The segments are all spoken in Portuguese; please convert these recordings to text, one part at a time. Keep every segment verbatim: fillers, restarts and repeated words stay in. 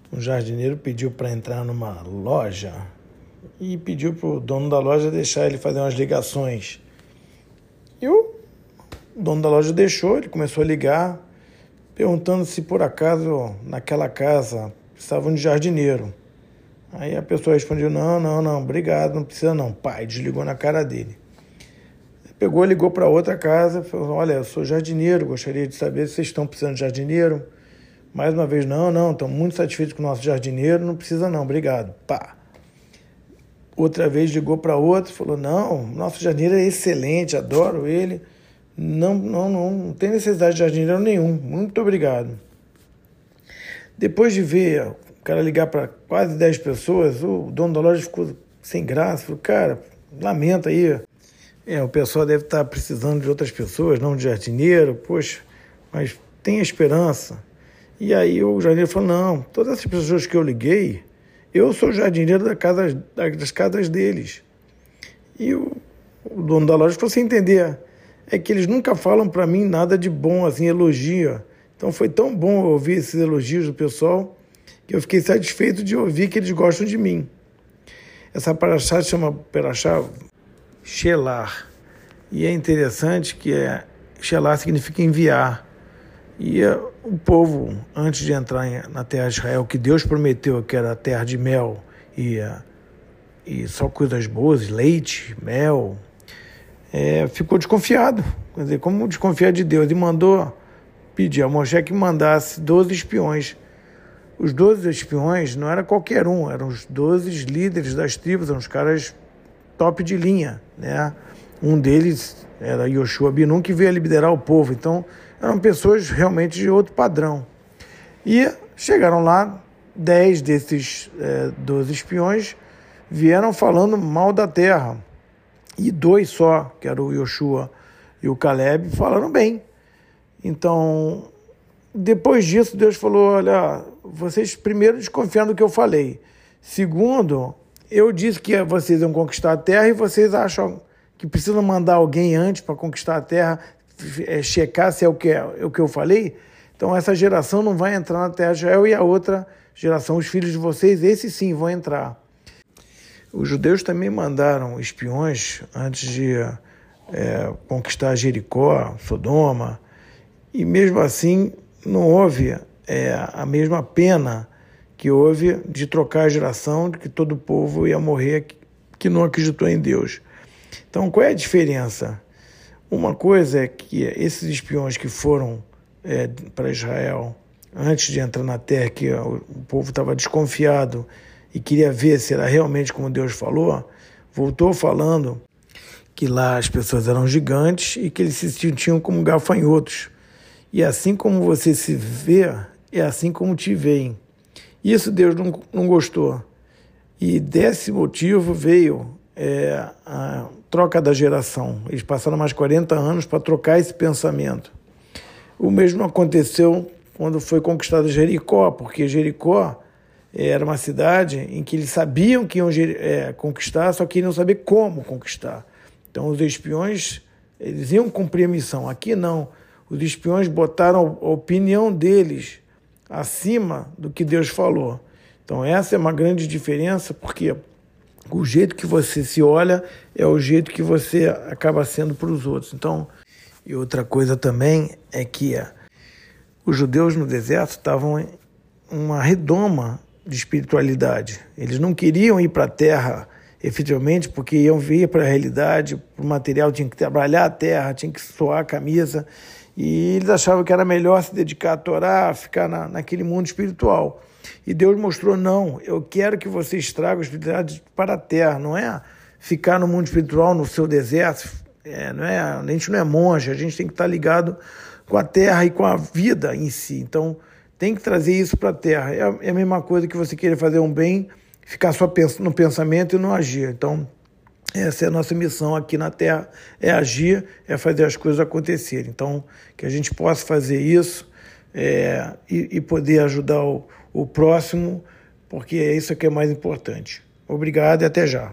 Um jardineiro pediu para entrar numa loja e pediu para o dono da loja deixar ele fazer umas ligações. E o dono da loja deixou, ele começou a ligar, perguntando se por acaso naquela casa precisavam de jardineiro. Aí a pessoa respondeu, não, não, não, obrigado, não precisa não. Pai, desligou na cara dele. Pegou, ligou para outra casa, falou, olha, eu sou jardineiro, gostaria de saber se vocês estão precisando de jardineiro. Mais uma vez, não, não, estamos muito satisfeitos com o nosso jardineiro, não precisa não, obrigado. Pá. Outra vez ligou para outro, falou, não, nosso jardineiro é excelente, adoro ele. Não, não, não, não tem necessidade de jardineiro nenhum, muito obrigado. Depois de ver o cara ligar para quase dez pessoas, o dono da loja ficou sem graça, falou, cara, lamenta aí. É, o pessoal deve estar precisando de outras pessoas, não de jardineiro, poxa, mas tem esperança. E aí o jardineiro falou, não, todas essas pessoas que eu liguei, eu sou jardineiro da casa, das casas deles. E o, o dono da loja falou, sem entender, é que eles nunca falam para mim nada de bom, assim, elogio. Então foi tão bom ouvir esses elogios do pessoal que eu fiquei satisfeito de ouvir que eles gostam de mim. Essa paraxá se chama paraxá Shelar. E é interessante que é, Shelar significa enviar. E o povo, antes de entrar na terra de Israel, que Deus prometeu que era a terra de mel e, e só coisas boas, leite, mel, é, ficou desconfiado. Quer dizer, como desconfiar de Deus? E mandou pedir a Moshe que mandasse doze espiões. Os doze espiões não era qualquer um, eram os doze líderes das tribos, eram os caras top de linha, né? Um deles era Yoshua Binun, que veio a liderar o povo. Então, eram pessoas realmente de outro padrão. E chegaram lá, dez desses é, doze espiões vieram falando mal da terra. E dois só, que eram o Yoshua e o Caleb, falaram bem. Então, depois disso, Deus falou, olha, vocês primeiro desconfiam do que eu falei. Segundo, eu disse que vocês iam conquistar a terra e vocês acham que precisam mandar alguém antes para conquistar a terra, é, checar se é o, que é, é o que eu falei. Então essa geração não vai entrar na terra de Israel e a outra geração, os filhos de vocês, esses sim vão entrar. Os judeus também mandaram espiões antes de é, conquistar Jericó, Sodoma, e mesmo assim não houve é, a mesma pena que houve de trocar a geração, de que todo o povo ia morrer que não acreditou em Deus. Então, qual é a diferença? Uma coisa é que esses espiões que foram é, para Israel antes de entrar na terra, que o povo estava desconfiado e queria ver se era realmente como Deus falou, voltou falando que lá as pessoas eram gigantes e que eles se sentiam como gafanhotos. E assim como você se vê, é assim como te veem. Isso Deus não, não gostou. E desse motivo veio é, a troca da geração. Eles passaram mais quarenta anos para trocar esse pensamento. O mesmo aconteceu quando foi conquistada Jericó, porque Jericó era uma cidade em que eles sabiam que iam é, conquistar, só que não saber como conquistar. Então os espiões, eles iam cumprir a missão. Aqui não. Os espiões botaram a opinião deles acima do que Deus falou. Então essa é uma grande diferença, porque o jeito que você se olha é o jeito que você acaba sendo para os outros. Então, e outra coisa também é que os judeus no deserto estavam em uma redoma de espiritualidade. Eles não queriam ir para a terra efetivamente porque iam vir para a realidade, para o material, tinha que trabalhar a terra, tinha que suar a camisa, e eles achavam que era melhor se dedicar à Torá, ficar na, naquele mundo espiritual. E Deus mostrou, não, eu quero que vocês tragam a espiritualidade para a terra, não é ficar no mundo espiritual, no seu deserto, é, não é, a gente não é monge, a gente tem que estar ligado com a terra e com a vida em si. Então, tem que trazer isso para a terra. É a, é a mesma coisa que você querer fazer um bem, ficar só no pensamento e não agir. Então, essa é a nossa missão aqui na Terra, é agir, é fazer as coisas acontecerem. Então, que a gente possa fazer isso é, e, e poder ajudar o, o próximo, porque é isso que é mais importante. Obrigado e até já.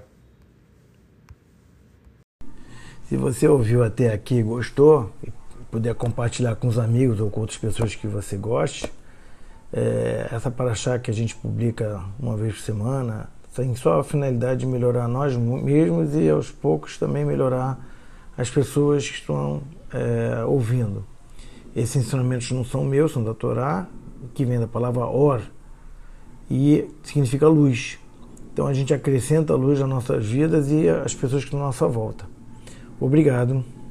Se você ouviu até aqui e gostou, e puder compartilhar com os amigos ou com outras pessoas que você goste, É, essa paraxá que a gente publica uma vez por semana tem só a finalidade de melhorar nós mesmos e aos poucos também melhorar as pessoas que estão é, ouvindo. Esses ensinamentos não são meus, são da Torá, que vem da palavra or, e significa luz. Então a gente acrescenta a luz às nossas vidas e às pessoas que estão à nossa volta. Obrigado.